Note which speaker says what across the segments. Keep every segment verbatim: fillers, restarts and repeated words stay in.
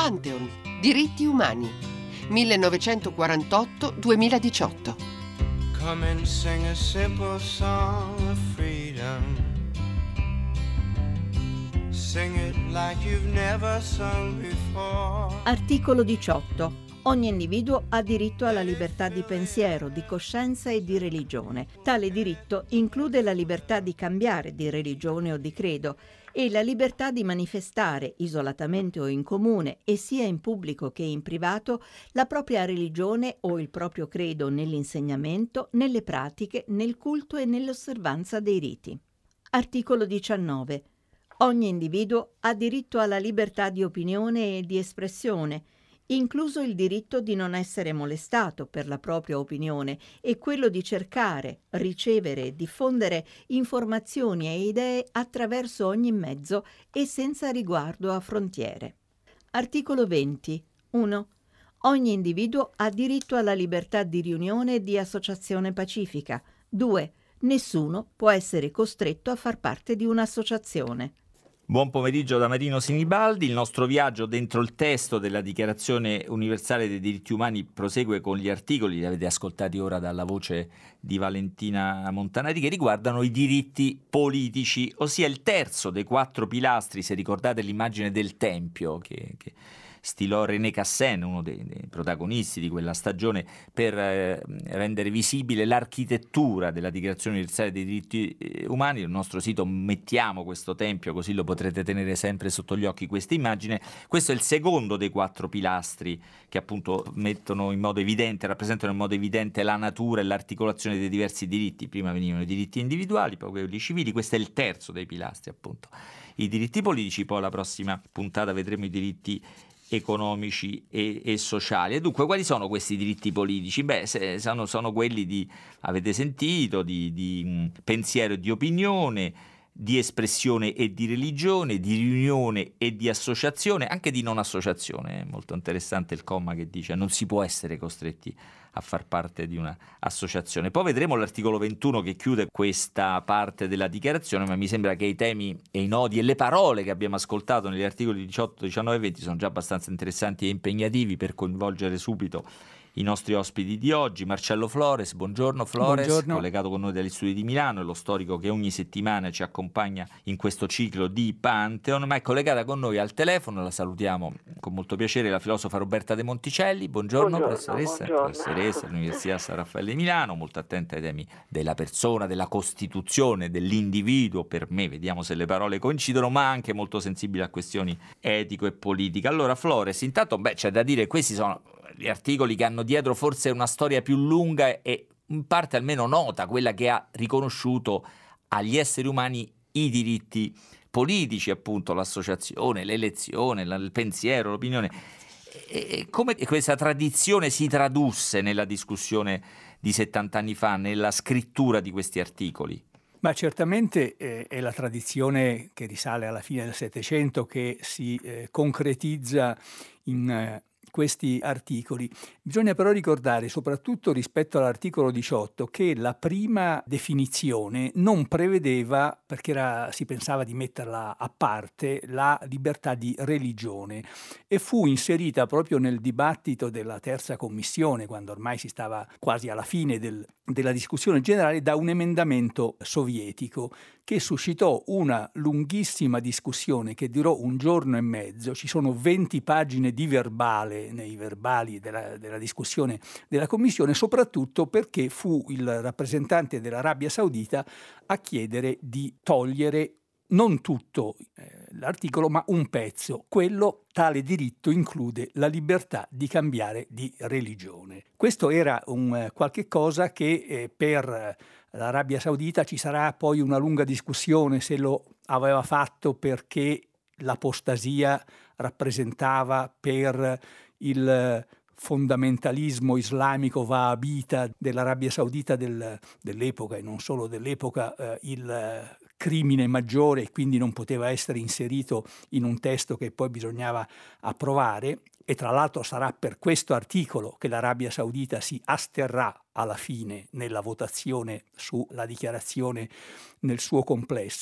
Speaker 1: Pantheon, diritti umani, millenovecentoquarantotto duemiladiciotto.
Speaker 2: Come and sing a simple song of freedom. Sing it like you've never sung before.
Speaker 3: Articolo diciotto. Ogni individuo ha diritto alla libertà di pensiero, di coscienza e di religione. Tale diritto include la libertà di cambiare di religione o di credo e la libertà di manifestare, isolatamente o in comune, e sia in pubblico che in privato, la propria religione o il proprio credo nell'insegnamento, nelle pratiche, nel culto e nell'osservanza dei riti. Articolo diciannove. Ogni individuo ha diritto alla libertà di opinione e di espressione, incluso il diritto di non essere molestato per la propria opinione e quello di cercare, ricevere e diffondere informazioni e idee attraverso ogni mezzo e senza riguardo a frontiere. Articolo venti. uno. Ogni individuo ha diritto alla libertà di riunione e di associazione pacifica. due. Nessuno può essere costretto a far parte di un'associazione.
Speaker 4: Buon pomeriggio da Marino Sinibaldi. Il nostro viaggio dentro il testo della Dichiarazione Universale dei Diritti Umani prosegue con gli articoli, li avete ascoltati ora dalla voce di Valentina Montanari, che riguardano i diritti politici, ossia il terzo dei quattro pilastri, se ricordate l'immagine del Tempio che, che stilò René Cassin, uno dei, dei protagonisti di quella stagione, per eh, rendere visibile l'architettura della Dichiarazione Universale dei Diritti Umani. Sul nostro sito mettiamo questo tempio, così lo potrete tenere sempre sotto gli occhi questa immagine. Questo è il secondo dei quattro pilastri che appunto mettono in modo evidente, rappresentano in modo evidente la natura e l'articolazione dei diversi diritti. Prima venivano i diritti individuali, poi quelli civili, questo è il terzo dei pilastri appunto. I diritti politici, poi la prossima puntata vedremo i diritti economici e, e sociali. E dunque quali sono questi diritti politici? Beh, se, sono, sono quelli di, avete sentito, di, di mh, pensiero e di opinione, di espressione e di religione, di riunione e di associazione, anche di non associazione. È molto interessante il comma che dice non si può essere costretti a far parte di un'associazione. Poi vedremo l'articolo ventuno che chiude questa parte della dichiarazione, ma mi sembra che i temi e i nodi e le parole che abbiamo ascoltato negli articoli diciotto, diciannove e venti sono già abbastanza interessanti e impegnativi per coinvolgere subito i nostri ospiti di oggi. Marcello Flores, buongiorno Flores,
Speaker 5: buongiorno.
Speaker 4: Collegato con noi dagli studi di Milano, è lo storico che ogni settimana ci accompagna in questo ciclo di Pantheon, ma è collegata con noi al telefono, la salutiamo con molto piacere, la filosofa Roberta De Monticelli. Buongiorno, buongiorno professoressa, buongiorno. professoressa dell'Università San Raffaele di Milano, molto attenta ai temi della persona, della Costituzione, dell'individuo, per me, vediamo se le parole coincidono, ma anche molto sensibile a questioni etico e politiche. Allora Flores, intanto beh, c'è da dire, questi sono gli articoli che hanno dietro forse una storia più lunga e in parte almeno nota, quella che ha riconosciuto agli esseri umani i diritti politici, appunto l'associazione, l'elezione, il pensiero, l'opinione. E come questa tradizione si tradusse nella discussione di settanta anni fa, nella scrittura di questi articoli?
Speaker 5: Ma certamente eh, è la tradizione che risale alla fine del Settecento che si eh, concretizza in eh, questi articoli. Bisogna però ricordare, soprattutto rispetto all'articolo diciotto, che la prima definizione non prevedeva, perché era, si pensava di metterla a parte, la libertà di religione e fu inserita proprio nel dibattito della terza commissione, quando ormai si stava quasi alla fine del, della discussione generale, da un emendamento sovietico che suscitò una lunghissima discussione che durò un giorno e mezzo. Ci sono venti pagine di verbale nei verbali della, della discussione della commissione, soprattutto perché fu il rappresentante dell'Arabia Saudita a chiedere di togliere non tutto eh, l'articolo, ma un pezzo. Quello, tale diritto include la libertà di cambiare di religione. Questo era un eh, qualche cosa che eh, per l'Arabia Saudita ci sarà poi una lunga discussione se lo aveva fatto perché l'apostasia rappresentava per il fondamentalismo islamico wahabita dell'Arabia Saudita del, dell'epoca e non solo dell'epoca eh, il crimine maggiore e quindi non poteva essere inserito in un testo che poi bisognava approvare. E tra l'altro sarà per questo articolo che l'Arabia Saudita si asterrà alla fine nella votazione sulla dichiarazione nel suo complesso.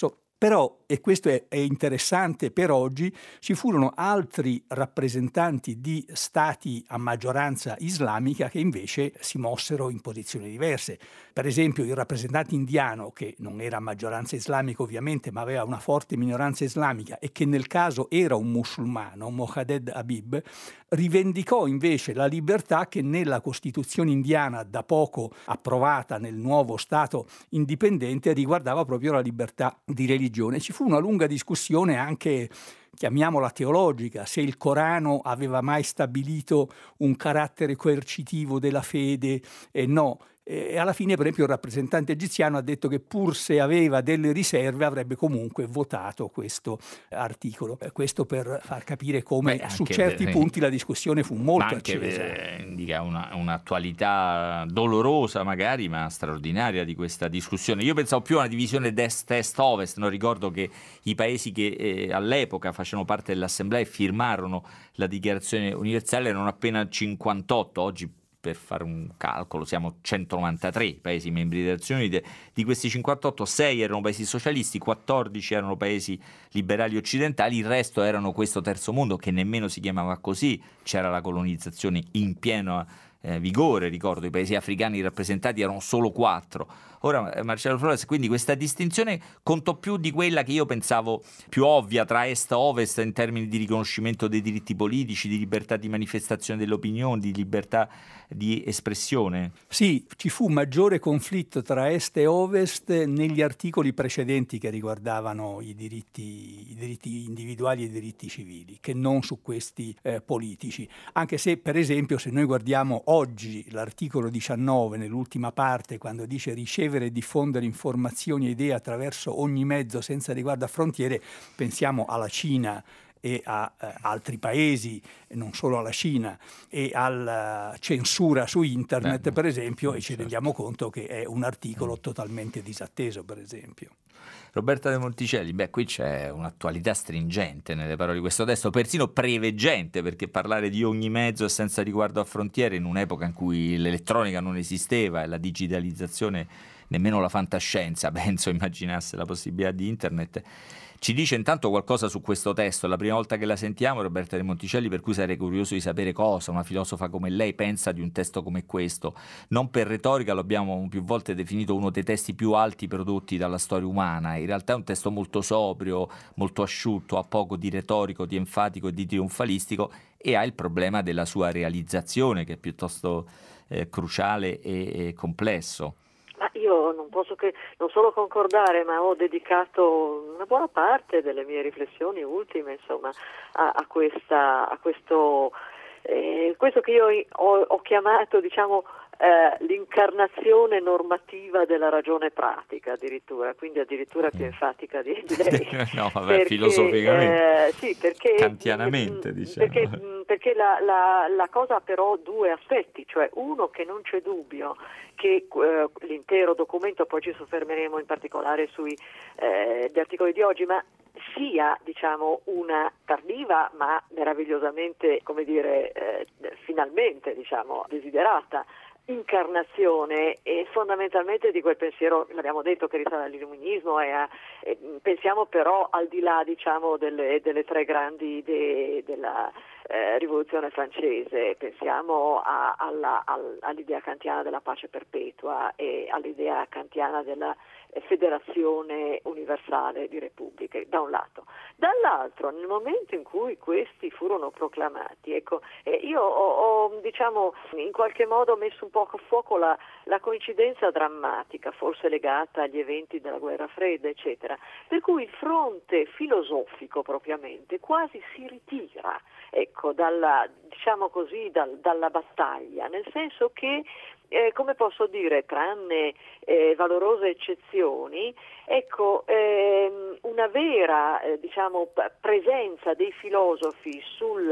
Speaker 5: Però, e questo è, è interessante per oggi, ci furono altri rappresentanti di stati a maggioranza islamica che invece si mossero in posizioni diverse. Per esempio il rappresentante indiano, che non era a maggioranza islamica ovviamente, ma aveva una forte minoranza islamica e che nel caso era un musulmano, Mohammad Habib, rivendicò invece la libertà che nella Costituzione indiana, da poco approvata nel nuovo Stato indipendente, riguardava proprio la libertà di religione. Ci fu una lunga discussione anche, chiamiamola teologica, se il Corano aveva mai stabilito un carattere coercitivo della fede e no. E alla fine, per esempio, il rappresentante egiziano ha detto che pur se aveva delle riserve avrebbe comunque votato questo articolo. Questo per far capire come
Speaker 4: Beh,
Speaker 5: su
Speaker 4: anche,
Speaker 5: certi
Speaker 4: eh,
Speaker 5: punti la discussione fu molto
Speaker 4: ma anche,
Speaker 5: accesa.
Speaker 4: eh, indica una, un'attualità dolorosa magari, ma straordinaria di questa discussione. Io pensavo più a una divisione est-est-ovest, non ricordo che i paesi che eh, all'epoca facevano parte dell'Assemblea e firmarono la Dichiarazione Universale erano appena cinquantotto, oggi per fare un calcolo siamo centonovantatré paesi membri delle Nazioni Unite, di questi cinquantotto sei erano paesi socialisti, quattordici erano paesi liberali occidentali, il resto erano questo terzo mondo che nemmeno si chiamava così, c'era la colonizzazione in pieno eh, vigore, ricordo i paesi africani rappresentati erano solo quattro. Ora Marcello Flores, quindi questa distinzione contò più di quella che io pensavo più ovvia tra est e ovest in termini di riconoscimento dei diritti politici, di libertà di manifestazione delle opinioni, di libertà di espressione.
Speaker 5: Sì, ci fu maggiore conflitto tra est e ovest negli articoli precedenti che riguardavano i diritti, i diritti individuali e i diritti civili, che non su questi eh, politici. Anche se, per esempio, se noi guardiamo oggi l'articolo diciannove, nell'ultima parte, quando dice ricevere e diffondere informazioni e idee attraverso ogni mezzo senza riguardo a frontiere, pensiamo alla Cina e a eh, altri paesi, non solo alla Cina, e alla censura su internet,
Speaker 4: Beh,
Speaker 5: per esempio,
Speaker 4: sì,
Speaker 5: e ci
Speaker 4: certo.
Speaker 5: rendiamo conto che è un articolo totalmente disatteso, per esempio.
Speaker 4: Roberta De Monticelli, beh, qui c'è un'attualità stringente nelle parole di questo testo, persino preveggente, perché parlare di ogni mezzo senza riguardo a frontiere in un'epoca in cui l'elettronica non esisteva e la digitalizzazione, nemmeno la fantascienza, penso, immaginasse la possibilità di internet, ci dice intanto qualcosa su questo testo. È la prima volta che la sentiamo, Roberta De Monticelli, per cui sarei curioso di sapere cosa una filosofa come lei pensa di un testo come questo. Non per retorica, lo abbiamo più volte definito uno dei testi più alti prodotti dalla storia umana. In realtà è un testo molto sobrio, molto asciutto, ha poco di retorico, di enfatico e di trionfalistico e ha il problema della sua realizzazione che è piuttosto eh, cruciale e, e complesso.
Speaker 6: Ma io non posso che non solo concordare, ma ho dedicato una buona parte delle mie riflessioni ultime, insomma, a, a questa, a questo, eh, questo che io ho, ho chiamato, diciamo, eh, l'incarnazione normativa della ragione pratica, addirittura, quindi addirittura più enfatica di, di lei.
Speaker 4: No, vabbè,
Speaker 6: perché,
Speaker 4: filosoficamente,
Speaker 6: eh, sì, perché,
Speaker 4: kantianamente,
Speaker 6: mh,
Speaker 4: diciamo.
Speaker 6: Perché, mh, perché la, la, la cosa ha però due aspetti, cioè uno che non c'è dubbio che eh, l'intero documento, poi ci soffermeremo in particolare sui eh, gli articoli di oggi, ma sia, diciamo, una tardiva ma meravigliosamente, come dire, eh, finalmente, diciamo, desiderata incarnazione e fondamentalmente di quel pensiero, l'abbiamo detto, che risale all'illuminismo e, a, e pensiamo però al di là, diciamo, delle, delle tre grandi idee della eh, rivoluzione francese, pensiamo a, alla, al, all'idea kantiana della pace perpetua e all'idea kantiana della federazione universale di repubbliche, da un lato. Dall'altro, nel momento in cui questi furono proclamati, ecco, eh, io ho, ho diciamo in qualche modo messo un po' a fuoco la, la coincidenza drammatica, forse legata agli eventi della guerra fredda, eccetera, per cui il fronte filosofico propriamente quasi si ritira, ecco, dalla, diciamo così, dal, dalla battaglia, nel senso che Eh, come posso dire, tranne eh, valorose eccezioni, ecco, ehm, una vera eh, diciamo, p- presenza dei filosofi sulla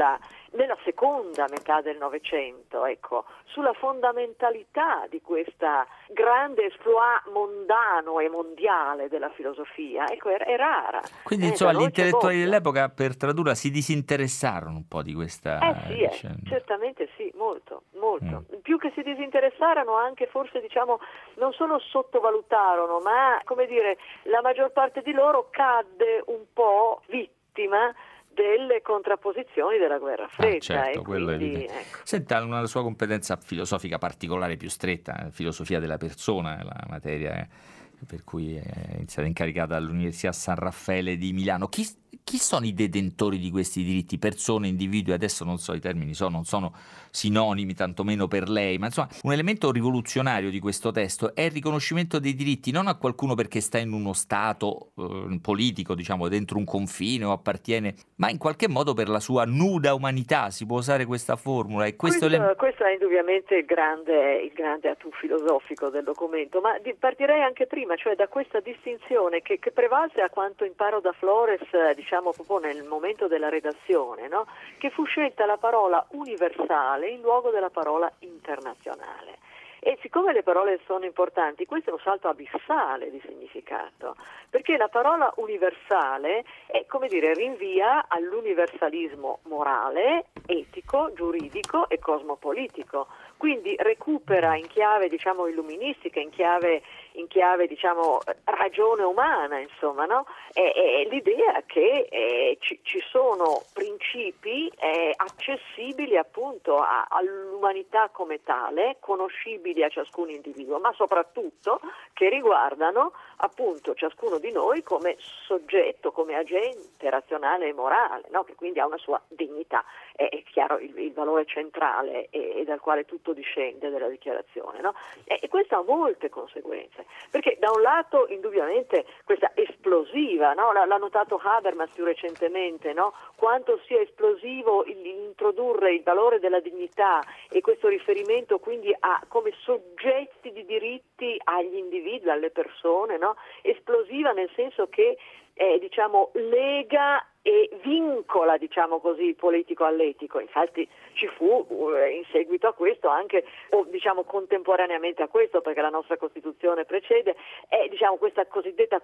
Speaker 6: nella seconda metà del Novecento, ecco, sulla fondamentalità di questa grande exploit mondano e mondiale della filosofia, ecco, è, è rara.
Speaker 4: Quindi
Speaker 6: eh,
Speaker 4: insomma
Speaker 6: da
Speaker 4: gli
Speaker 6: noi c'è
Speaker 4: intellettuali
Speaker 6: molto.
Speaker 4: dell'epoca, per tradurla, si disinteressarono un po' di questa
Speaker 6: Eh sì, eh,
Speaker 4: vicenda.
Speaker 6: certamente sì, molto, molto.
Speaker 4: Mm.
Speaker 6: Più che si disinteressarono, anche forse diciamo non solo sottovalutarono, ma come dire, la maggior parte di loro cadde un po' vittima delle contrapposizioni della guerra fredda.
Speaker 4: Ah, certo,
Speaker 6: e
Speaker 4: quello è
Speaker 6: quindi,
Speaker 4: evidente.
Speaker 6: ecco.
Speaker 4: Senta, una sua competenza filosofica particolare, più stretta, eh, filosofia della persona, è la materia eh, per cui è stata incaricata all'Università San Raffaele di Milano. Chi, chi sono i detentori di questi diritti? Persone, individui? Adesso non so, i termini so, non sono sinonimi, tantomeno per lei, ma insomma un elemento rivoluzionario di questo testo è il riconoscimento dei diritti non a qualcuno perché sta in uno stato eh, politico, diciamo, dentro un confine o appartiene, ma in qualche modo per la sua nuda umanità, si può usare questa formula. E questo,
Speaker 6: Questo,
Speaker 4: ele-
Speaker 6: questo è indubbiamente il grande, il grande atu filosofico del documento, ma di, partirei anche prima, cioè da questa distinzione che, che prevalse, a quanto imparo da Flores, eh, diciamo proprio nel momento della redazione, no? Che fu scelta la parola universale in luogo della parola internazionale. E siccome le parole sono importanti, questo è un salto abissale di significato, perché la parola universale è, come dire, rinvia all'universalismo morale, etico, giuridico e cosmopolitico. Quindi recupera in chiave, diciamo, illuministica, in chiave, in chiave diciamo, ragione umana, insomma, no? È, è l'idea che eh, ci, ci sono principi eh, accessibili appunto a, all'umanità come tale, conoscibili a ciascun individuo, ma soprattutto che riguardano appunto ciascuno di noi come soggetto, come agente razionale e morale, no? Che quindi ha una sua dignità. È, è chiaro il, il valore centrale e, e dal quale tutto discende della dichiarazione, no? E, e questo ha molte conseguenze, perché da un lato indubbiamente questa esplosiva, no? L'ha, l'ha notato Habermas più recentemente, no? Quanto sia esplosivo il, introdurre il valore della dignità e questo riferimento quindi a come soggetti di diritti agli individui, alle persone, no? Esplosiva nel senso che eh, diciamo lega e vincola, diciamo così, il politico all'etico. Infatti ci fu eh, in seguito a questo anche, o diciamo contemporaneamente a questo, perché la nostra Costituzione precede, è diciamo questa cosiddetta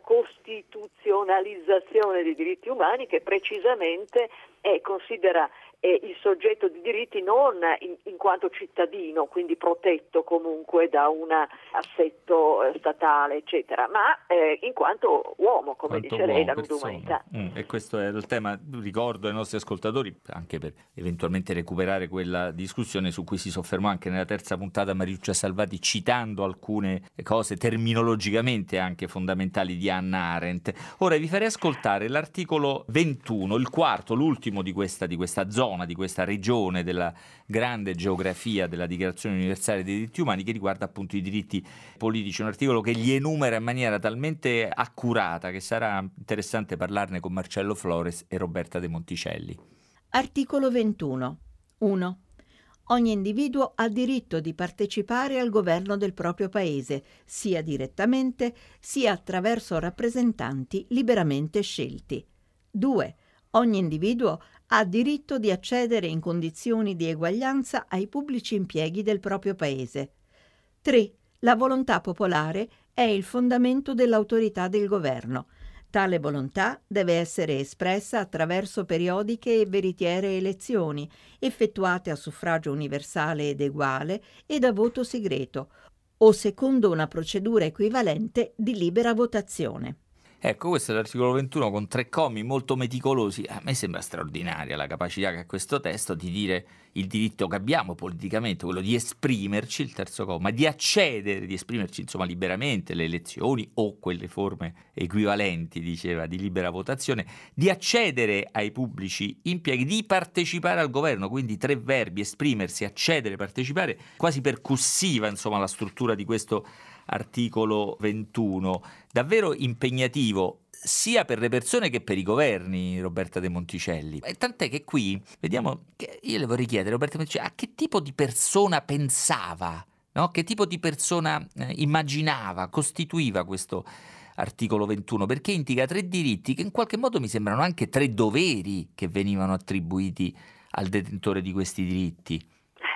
Speaker 6: costituzionalizzazione dei diritti umani che precisamente eh, considera eh, il soggetto di diritti non in, in quanto cittadino, quindi protetto comunque da un assetto eh, statale, eccetera, ma eh, in quanto uomo, come
Speaker 4: quanto
Speaker 6: dice lei, la
Speaker 4: uomo,
Speaker 6: nuda umanità.
Speaker 4: Mm, e questo è il tema, ricordo ai nostri ascoltatori, anche per eventualmente recuperare quella discussione su cui si soffermò anche nella terza puntata Mariuccia Salvati, citando alcune cose terminologicamente anche fondamentali di Hannah Arendt. Ora vi farei ascoltare l'articolo ventuno, il quarto, l'ultimo di questa, di questa zona, di questa regione della grande geografia della Dichiarazione Universale dei Diritti Umani, che riguarda appunto i diritti politici, un articolo che li enumera in maniera talmente accurata che sarà interessante parlarne con Marcello Flores e Roberta De Monticelli.
Speaker 3: Articolo ventuno. uno. Ogni individuo ha diritto di partecipare al governo del proprio paese, sia direttamente, sia attraverso rappresentanti liberamente scelti. due. Ogni individuo ha diritto di accedere in condizioni di eguaglianza ai pubblici impieghi del proprio paese. tre. La volontà popolare è il fondamento dell'autorità del governo. Tale volontà deve essere espressa attraverso periodiche e veritiere elezioni, effettuate a suffragio universale ed eguale e da voto segreto, o secondo una procedura equivalente di libera votazione.
Speaker 4: Ecco, questo è l'articolo ventuno con tre commi molto meticolosi. A me sembra straordinaria la capacità che ha questo testo di dire il diritto che abbiamo politicamente, quello di esprimerci, il terzo comma, di accedere, di esprimerci insomma liberamente, le elezioni o quelle forme equivalenti, diceva, di libera votazione, di accedere ai pubblici impieghi, di partecipare al governo, quindi tre verbi, esprimersi, accedere, partecipare, quasi percussiva insomma la struttura di questo articolo ventuno, davvero impegnativo sia per le persone che per i governi, Roberta De Monticelli. E tant'è che qui vediamo che io le vorrei chiedere, Roberta De Monticelli, a che tipo di persona pensava, no? Che tipo di persona eh, immaginava, costituiva questo articolo ventuno, perché indica tre diritti che in qualche modo mi sembrano anche tre doveri che venivano attribuiti al detentore di questi diritti?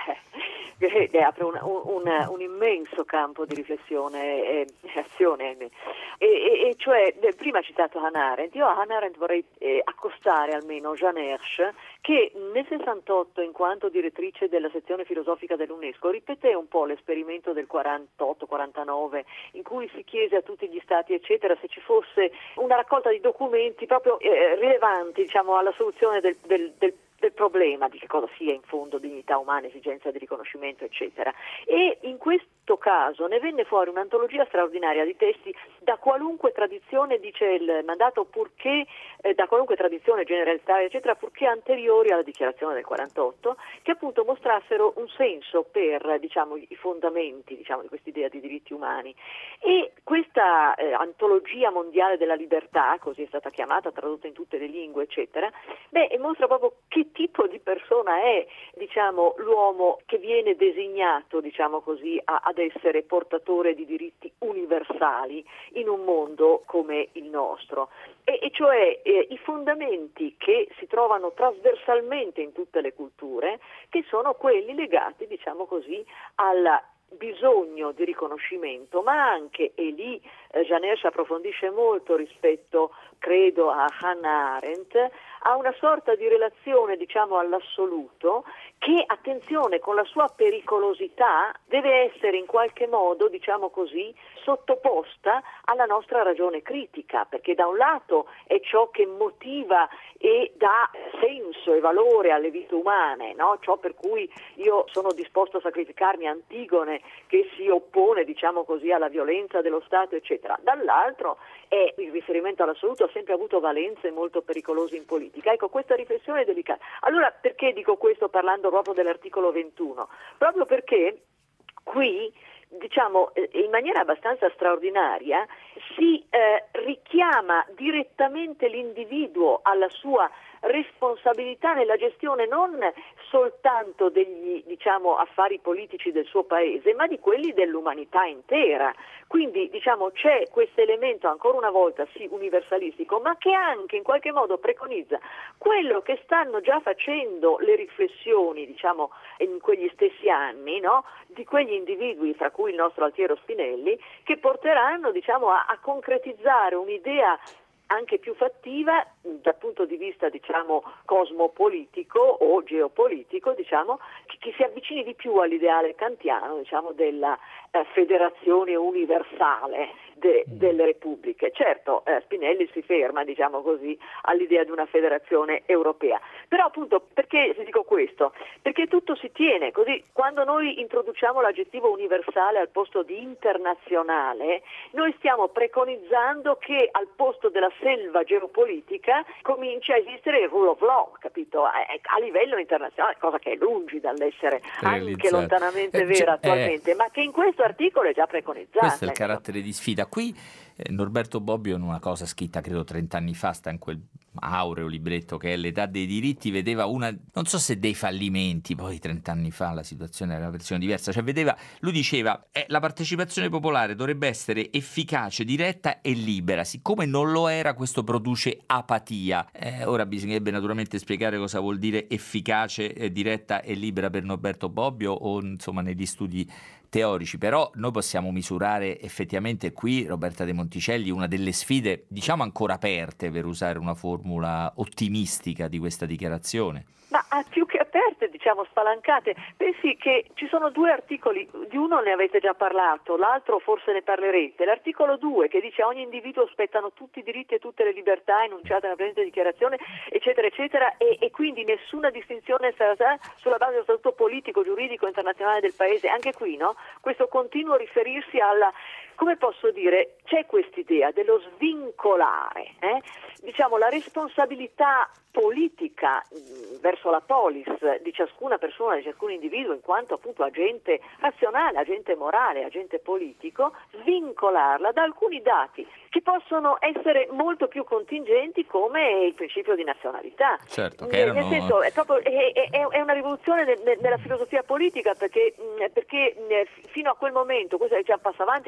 Speaker 6: Che apre un, un, un immenso campo di riflessione e azione, e, e, e cioè prima ha citato Hannah Arendt. Io a Hannah Arendt vorrei eh, accostare almeno Jeanne Hirsch, che nel sessantotto, in quanto direttrice della sezione filosofica dell'UNESCO, ripeté un po' l'esperimento del quarantotto quarantanove, in cui si chiese a tutti gli stati eccetera se ci fosse una raccolta di documenti proprio eh, rilevanti, diciamo, alla soluzione del, del, del del problema di che cosa sia in fondo dignità umana, esigenza di riconoscimento eccetera, e in questo caso ne venne fuori un'antologia straordinaria di testi da qualunque tradizione, dice il mandato, purché eh, da qualunque tradizione generalitaria eccetera, purché anteriori alla dichiarazione del quarantotto, che appunto mostrassero un senso per, diciamo, i fondamenti, diciamo, di quest'idea di diritti umani. E questa eh, antologia mondiale della libertà, così è stata chiamata, tradotta in tutte le lingue eccetera, beh, mostra proprio che tipo di persona è, diciamo, l'uomo che viene designato, diciamo così, a, ad essere portatore di diritti universali in un mondo come il nostro. E, e cioè eh, i fondamenti che si trovano trasversalmente in tutte le culture, che sono quelli legati, diciamo così, alla bisogno di riconoscimento, ma anche, e lì eh, Jeanne Hirsch approfondisce molto rispetto, credo, a Hannah Arendt, a una sorta di relazione, diciamo, all'assoluto, che, attenzione, con la sua pericolosità deve essere in qualche modo, diciamo così, sottoposta alla nostra ragione critica, perché da un lato è ciò che motiva e dà senso e valore alle vite umane, no? Ciò per cui io sono disposto a sacrificarmi, Antigone, che si oppone, diciamo così, alla violenza dello Stato eccetera. Dall'altro è il riferimento all'assoluto, ha sempre avuto valenze molto pericolose in politica. Ecco, questa riflessione è delicata. Allora, perché dico questo parlando proprio dell'articolo ventuno? Proprio perché qui, diciamo, in maniera abbastanza straordinaria si eh, richiama direttamente l'individuo alla sua responsabilità nella gestione non soltanto degli, diciamo, affari politici del suo paese, ma di quelli dell'umanità intera. Quindi, diciamo, c'è questo elemento ancora una volta sì universalistico, ma che anche in qualche modo preconizza quello che stanno già facendo le riflessioni, diciamo, in quegli stessi anni, no? Di quegli individui, fra cui il nostro Altiero Spinelli, che porteranno, diciamo, a, a concretizzare un'idea anche più fattiva dal punto di vista, diciamo, cosmopolitico o geopolitico, diciamo, che, che si avvicini di più all'ideale kantiano, diciamo, della eh, federazione universale de, delle repubbliche. Certo, eh, Spinelli si ferma, diciamo così, all'idea di una federazione europea. Però appunto, perché se dico questo? Perché tutto si tiene, così quando noi introduciamo l'aggettivo universale al posto di internazionale, noi stiamo preconizzando che al posto della selva geopolitica comincia a esistere il rule of law, capito? A, a livello internazionale, cosa che è lungi dall'essere anche lontanamente
Speaker 4: eh,
Speaker 6: vera
Speaker 4: cioè,
Speaker 6: attualmente,
Speaker 4: eh,
Speaker 6: ma che in questo articolo è già preconizzata.
Speaker 4: Questo è il carattere di sfida. Qui eh, Norberto Bobbio, in una cosa scritta credo trent'anni fa, sta in quel aureo libretto che è L'età dei diritti, vedeva una, non so se dei fallimenti, poi trent'anni fa la situazione era una versione diversa, cioè vedeva, lui diceva eh, la partecipazione popolare dovrebbe essere efficace, diretta e libera, siccome non lo era questo produce apatia. Eh, ora bisognerebbe naturalmente spiegare cosa vuol dire efficace, eh, diretta e libera per Norberto Bobbio o insomma negli studi teorici, però noi possiamo misurare effettivamente qui, Roberta De Monticelli, una delle sfide diciamo ancora aperte, per usare una formula ottimistica di questa dichiarazione.
Speaker 6: Ma più che aperte, diciamo spalancate. Pensi che ci sono due articoli, di uno ne avete già parlato, l'altro forse ne parlerete. L'articolo due che dice a ogni individuo spettano tutti i diritti e tutte le libertà enunciate nella presente dichiarazione, eccetera, eccetera, e, e quindi nessuna distinzione sarà sulla base dello statuto politico, giuridico, internazionale del paese. Anche qui, no? Questo continuo riferirsi alla, come posso dire, c'è quest'idea dello svincolare, eh? diciamo la responsabilità politica mh, verso la polis di ciascuna persona, di ciascun individuo in quanto appunto agente razionale, agente morale, agente politico, svincolarla da alcuni dati che possono essere molto più contingenti come il principio di nazionalità.
Speaker 4: Certo, che erano...
Speaker 6: Nel senso, è, proprio, è, è, è una rivoluzione nel, nella filosofia politica perché, perché fino a quel momento, questo è già un passo avanti rispetto al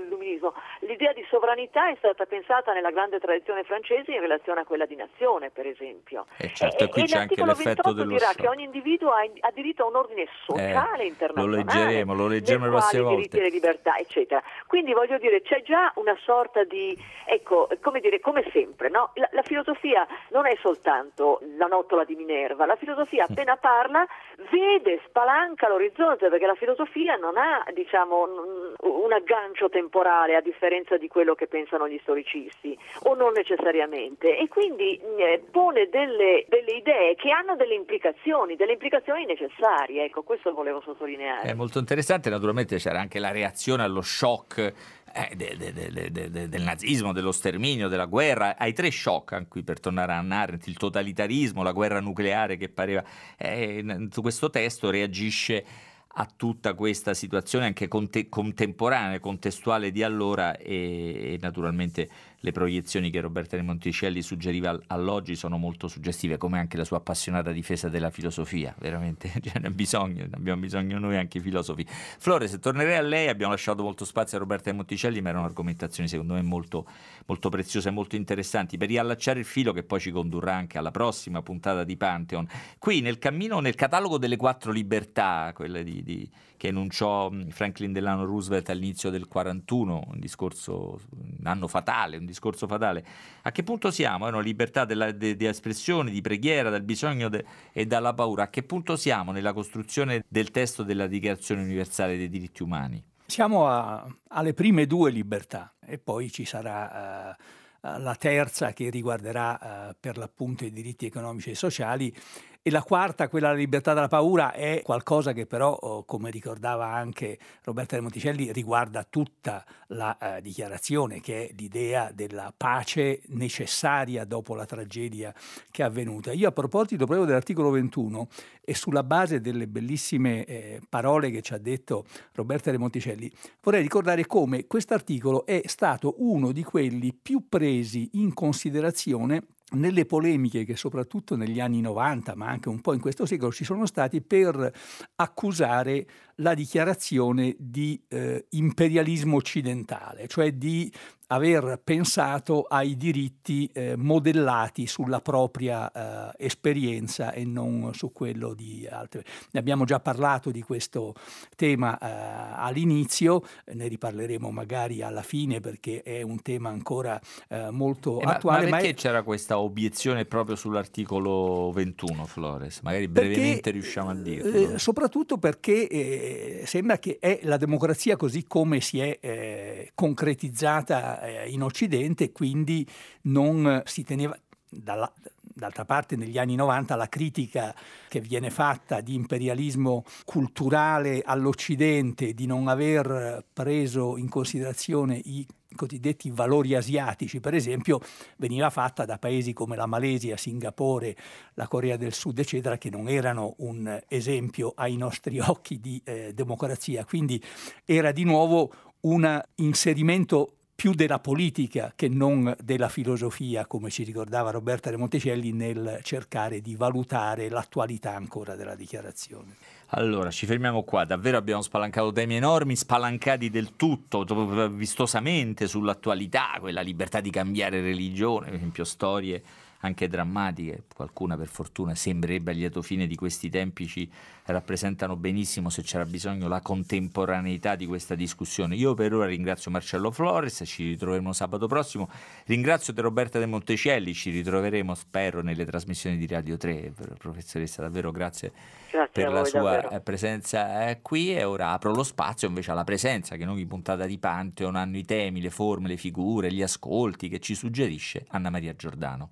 Speaker 6: dell'illuminismo. L'idea di sovranità è stata pensata nella grande tradizione francese in relazione a quella di nazione, per esempio.
Speaker 4: E certo,
Speaker 6: e,
Speaker 4: e qui
Speaker 6: e
Speaker 4: c'è anche l'effetto dello
Speaker 6: dirà
Speaker 4: shock.
Speaker 6: che ogni individuo ha, ha diritto a un ordine sociale
Speaker 4: eh,
Speaker 6: internazionale.
Speaker 4: Lo leggeremo, lo leggeremo le prossime volte.
Speaker 6: Diritti e le libertà, eccetera. Quindi voglio dire, c'è già una sorta di, ecco, come dire, come sempre, no? La, la filosofia non è soltanto la nottola di Minerva, la filosofia appena parla vede, spalanca l'orizzonte, perché la filosofia non ha, diciamo, un aggancio temporale a differenza di quello che pensano gli storicisti, o non necessariamente, e quindi eh, pone delle, delle idee che hanno delle implicazioni, delle implicazioni necessarie, ecco, questo volevo sottolineare.
Speaker 4: È molto interessante, naturalmente c'era anche la reazione allo shock eh, de, de, de, de, de, del nazismo, dello sterminio, della guerra, ai tre shock, anche qui per tornare a Hannah Arendt, il totalitarismo, la guerra nucleare che pareva, eh, su questo testo reagisce a tutta questa situazione anche conte- contemporanea, contestuale di allora, e, e naturalmente le proiezioni che Roberta De Monticelli suggeriva all'oggi sono molto suggestive, come anche la sua appassionata difesa della filosofia, veramente ce n'è bisogno, ne abbiamo bisogno noi anche i filosofi. Flores, tornerei a lei, abbiamo lasciato molto spazio a Roberta De Monticelli, ma erano argomentazioni secondo me molto, molto preziose e molto interessanti, per riallacciare il filo che poi ci condurrà anche alla prossima puntata di Pantheon. Qui nel cammino, nel catalogo delle quattro libertà, quelle di, di, che enunciò Franklin Delano Roosevelt all'inizio del quarantuno, un discorso, un anno fatale, un discorso fatale. A che punto siamo? È una libertà della, de, di espressione, di preghiera, dal bisogno de, e dalla paura. A che punto siamo nella costruzione del testo della Dichiarazione Universale dei Diritti Umani?
Speaker 5: Siamo a, alle prime due libertà e poi ci sarà uh, la terza che riguarderà uh, per l'appunto i diritti economici e sociali. E la quarta, quella della libertà dalla paura, è qualcosa che però, oh, come ricordava anche Roberta De Monticelli, riguarda tutta la uh, dichiarazione, che è l'idea della pace necessaria dopo la tragedia che è avvenuta. Io, a proposito proprio dell'articolo ventuno, e sulla base delle bellissime eh, parole che ci ha detto Roberta De Monticelli, vorrei ricordare come quest'articolo è stato uno di quelli più presi in considerazione nelle polemiche che soprattutto negli anni novanta, ma anche un po' in questo secolo, ci sono stati per accusare la dichiarazione di eh, imperialismo occidentale, cioè di aver pensato ai diritti eh, modellati sulla propria eh, esperienza e non su quello di altre. Ne abbiamo già parlato di questo tema eh, all'inizio, ne riparleremo magari alla fine perché è un tema ancora eh, molto
Speaker 4: eh,
Speaker 5: attuale.
Speaker 4: Ma, ma perché
Speaker 5: ma è...
Speaker 4: c'era questa obiezione proprio sull'articolo ventuno, Flores? Magari brevemente perché, riusciamo a dirlo.
Speaker 5: Eh, soprattutto perché eh, sembra che è la democrazia così come si è eh, concretizzata in Occidente, quindi non si teneva. Dalla, d'altra parte negli anni novanta la critica che viene fatta di imperialismo culturale all'Occidente, di non aver preso in considerazione i cosiddetti valori asiatici, per esempio, veniva fatta da paesi come la Malesia, Singapore, la Corea del Sud, eccetera, che non erano un esempio ai nostri occhi di eh, democrazia. Quindi era di nuovo un inserimento più della politica che non della filosofia, come ci ricordava Roberta De Monticelli, nel cercare di valutare l'attualità ancora della dichiarazione.
Speaker 4: Allora, ci fermiamo qua. Davvero abbiamo spalancato temi enormi, spalancati del tutto, vistosamente sull'attualità, quella libertà di cambiare religione, per esempio storie anche drammatiche, qualcuna per fortuna sembrerebbe a lieto fine di questi tempi ci rappresentano benissimo, se c'era bisogno, la contemporaneità di questa discussione. Io per ora ringrazio Marcello Flores, ci ritroveremo sabato prossimo, ringrazio Roberta De Monticelli, ci ritroveremo spero nelle trasmissioni di Radio tre, professoressa, davvero grazie, grazie per la sua davvero. presenza qui, e ora apro lo spazio invece alla presenza che in ogni puntata di Pantheon hanno i temi, le forme, le figure, gli ascolti che ci suggerisce Anna Maria Giordano.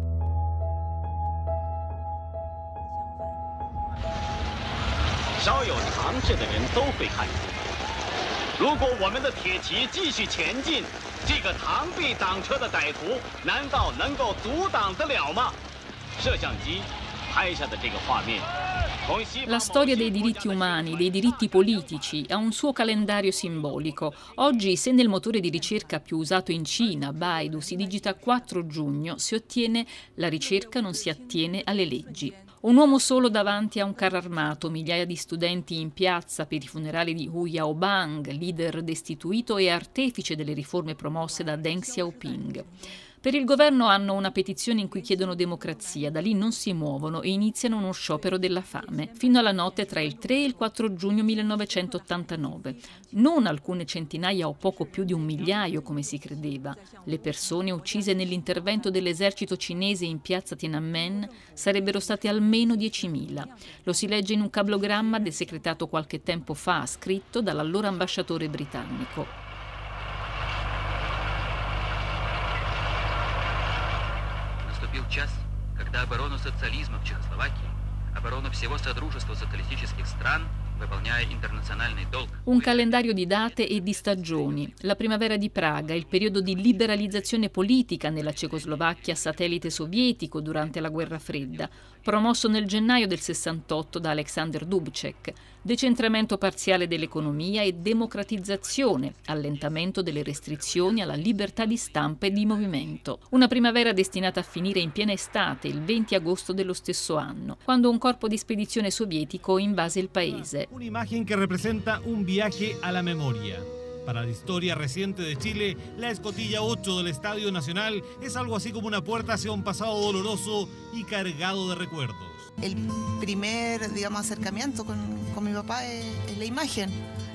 Speaker 7: 稍有常识的人都会看出，如果我们的铁骑继续前进，这个螳臂挡车的歹徒难道能够阻挡得了吗？摄像机拍下的这个画面
Speaker 8: La storia dei diritti umani, dei diritti politici, ha un suo calendario simbolico. Oggi, se nel motore di ricerca più usato in Cina, Baidu, si digita quattro giugno, si ottiene la ricerca non si attiene alle leggi. Un uomo solo davanti a un carro armato, migliaia di studenti in piazza per i funerali di Hu Yaobang, leader destituito e artefice delle riforme promosse da Deng Xiaoping. Per il governo hanno una petizione in cui chiedono democrazia, da lì non si muovono e iniziano uno sciopero della fame, fino alla notte tra il tre e il quattro giugno millenovecentottantanove. Non alcune centinaia o poco più di un migliaio, come si credeva. Le persone uccise nell'intervento dell'esercito cinese in piazza Tiananmen sarebbero state almeno diecimila. Lo si legge in un cablogramma desecretato qualche tempo fa, scritto dall'allora ambasciatore britannico.
Speaker 9: Наступил час, когда оборону социализма в Чехословакии, оборону всего Содружества социалистических стран, выполняя интернациональный долг.
Speaker 8: Un calendario di date e di stagioni. La primavera di Praga, il periodo di liberalizzazione politica nella Cecoslovacchia satellite sovietico durante la guerra fredda, promosso nel gennaio del sessantotto da Alexander Dubček, decentramento parziale dell'economia e democratizzazione, allentamento delle restrizioni alla libertà di stampa e di movimento. Una primavera destinata a finire in piena estate, il venti agosto dello stesso anno, quando un corpo di spedizione sovietico invase il paese.
Speaker 10: Un'immagine che rappresenta un viaje a la memoria. Para la historia reciente de Chile, la escotilla ocho del Estadio Nacional es algo así como una puerta hacia un pasado doloroso y cargado de recuerdos.
Speaker 11: El primer, digamos, acercamiento con, con mi papá es, es la imagen,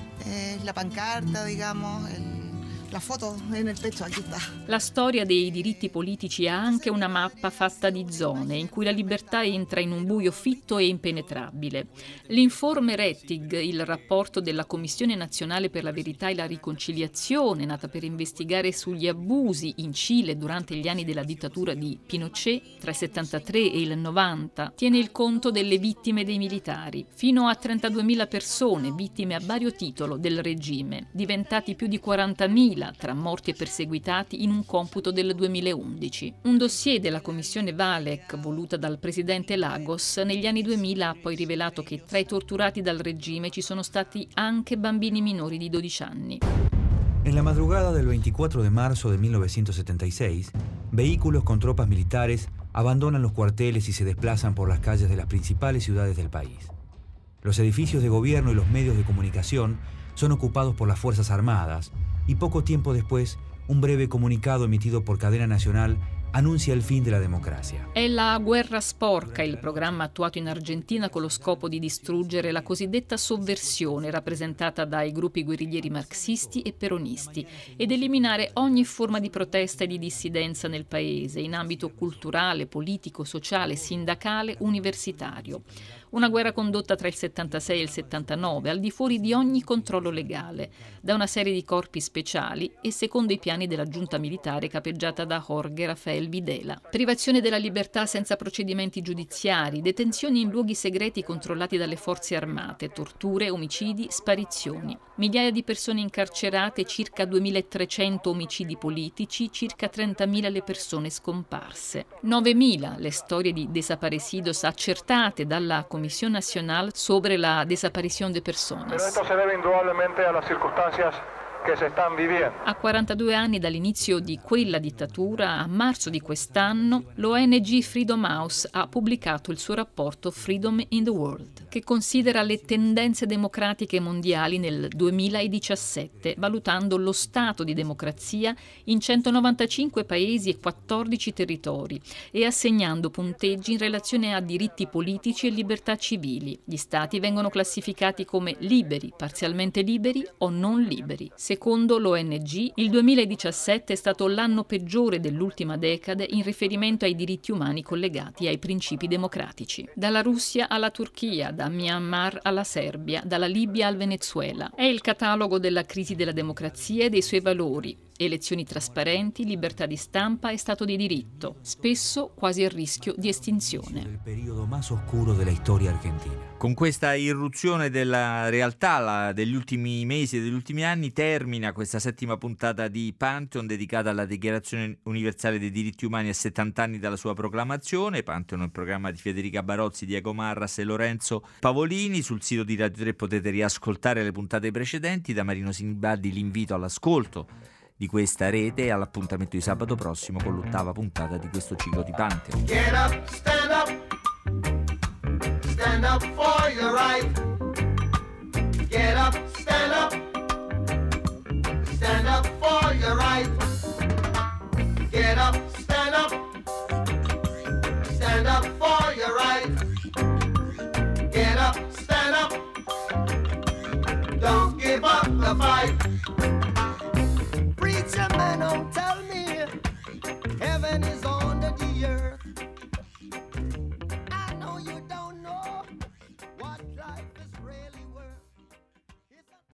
Speaker 11: es la pancarta, digamos, el, la foto en el techo, aquí está.
Speaker 8: La storia dei diritti politici ha anche una mappa fatta di zone in cui la libertà entra in un buio fitto e impenetrabile. L'informe Rettig, il rapporto della Commissione Nazionale per la Verità e la Riconciliazione, nata per investigare sugli abusi in Cile durante gli anni della dittatura di Pinochet, tra il settantatré e il novanta, tiene il conto delle vittime dei militari, fino a trentaduemila persone vittime a vario titolo del regime, diventati più di quarantamila tra morti e perseguitati in un computo del duemilaundici. Un dossier della commissione Valek, voluta dal presidente Lagos, negli anni duemila ha poi rivelato che tra i torturati dal regime ci sono stati anche bambini minori di dodici anni.
Speaker 12: En la madrugada del veinticuatro de marzo de mil novecientos setenta y seis, vehículos con tropas militares abandonan los cuarteles y se desplazan por las calles de las principales ciudades del país. Los edificios de gobierno y los medios de comunicación son ocupados por las Fuerzas Armadas, y poco tiempo después, un breve comunicado emitido por cadena nacional annuncia il fin della democrazia.
Speaker 8: È la Guerra Sporca, il programma attuato in Argentina con lo scopo di distruggere la cosiddetta sovversione rappresentata dai gruppi guerriglieri marxisti e peronisti ed eliminare ogni forma di protesta e di dissidenza nel paese in ambito culturale, politico, sociale, sindacale, universitario. Una guerra condotta tra il settantasei e il settantanove, al di fuori di ogni controllo legale, da una serie di corpi speciali e secondo i piani della giunta militare capeggiata da Jorge Rafael Videla. Privazione della libertà senza procedimenti giudiziari, detenzioni in luoghi segreti controllati dalle forze armate, torture, omicidi, sparizioni. Migliaia di persone incarcerate, circa duemilatrecento omicidi politici, circa trentamila le persone scomparse. novemila le storie di desaparecidos accertate dalla Comisión Nacional sobre la Desaparición de Personas.
Speaker 13: Pero esto se debe indudablemente a las circunstancias che si stanno vivendo.
Speaker 8: A quarantadue anni dall'inizio di quella dittatura, a marzo di quest'anno, l'O N G Freedom House ha pubblicato il suo rapporto Freedom in the World, che considera le tendenze democratiche mondiali nel duemiladiciassette, valutando lo stato di democrazia in centonovantacinque paesi e quattordici territori e assegnando punteggi in relazione a diritti politici e libertà civili. Gli stati vengono classificati come liberi, parzialmente liberi o non liberi. Secondo l'O N G, il duemiladiciassette è stato l'anno peggiore dell'ultima decade in riferimento ai diritti umani collegati ai principi democratici. Dalla Russia alla Turchia, da Myanmar alla Serbia, dalla Libia al Venezuela. È il catalogo della crisi della democrazia e dei suoi valori. Elezioni trasparenti, libertà di stampa e Stato di diritto, spesso quasi a rischio di estinzione.
Speaker 12: Il periodo más oscuro della storia argentina.
Speaker 4: Con questa irruzione della realtà la, degli ultimi mesi e degli ultimi anni termina questa settima puntata di Pantheon dedicata alla Dichiarazione Universale dei Diritti Umani a settanta anni dalla sua proclamazione. Pantheon è un programma di Federica Barozzi, Diego Marras e Lorenzo Pavolini. Sul sito di Radio tre potete riascoltare le puntate precedenti. Da Marino Sinibaldi l'invito all'ascolto di questa rete e all'appuntamento di sabato prossimo con l'ottava puntata di questo ciclo di Pantheon.
Speaker 2: Get up, stand up, stand up for your right. Get up, stand up, stand up for your right.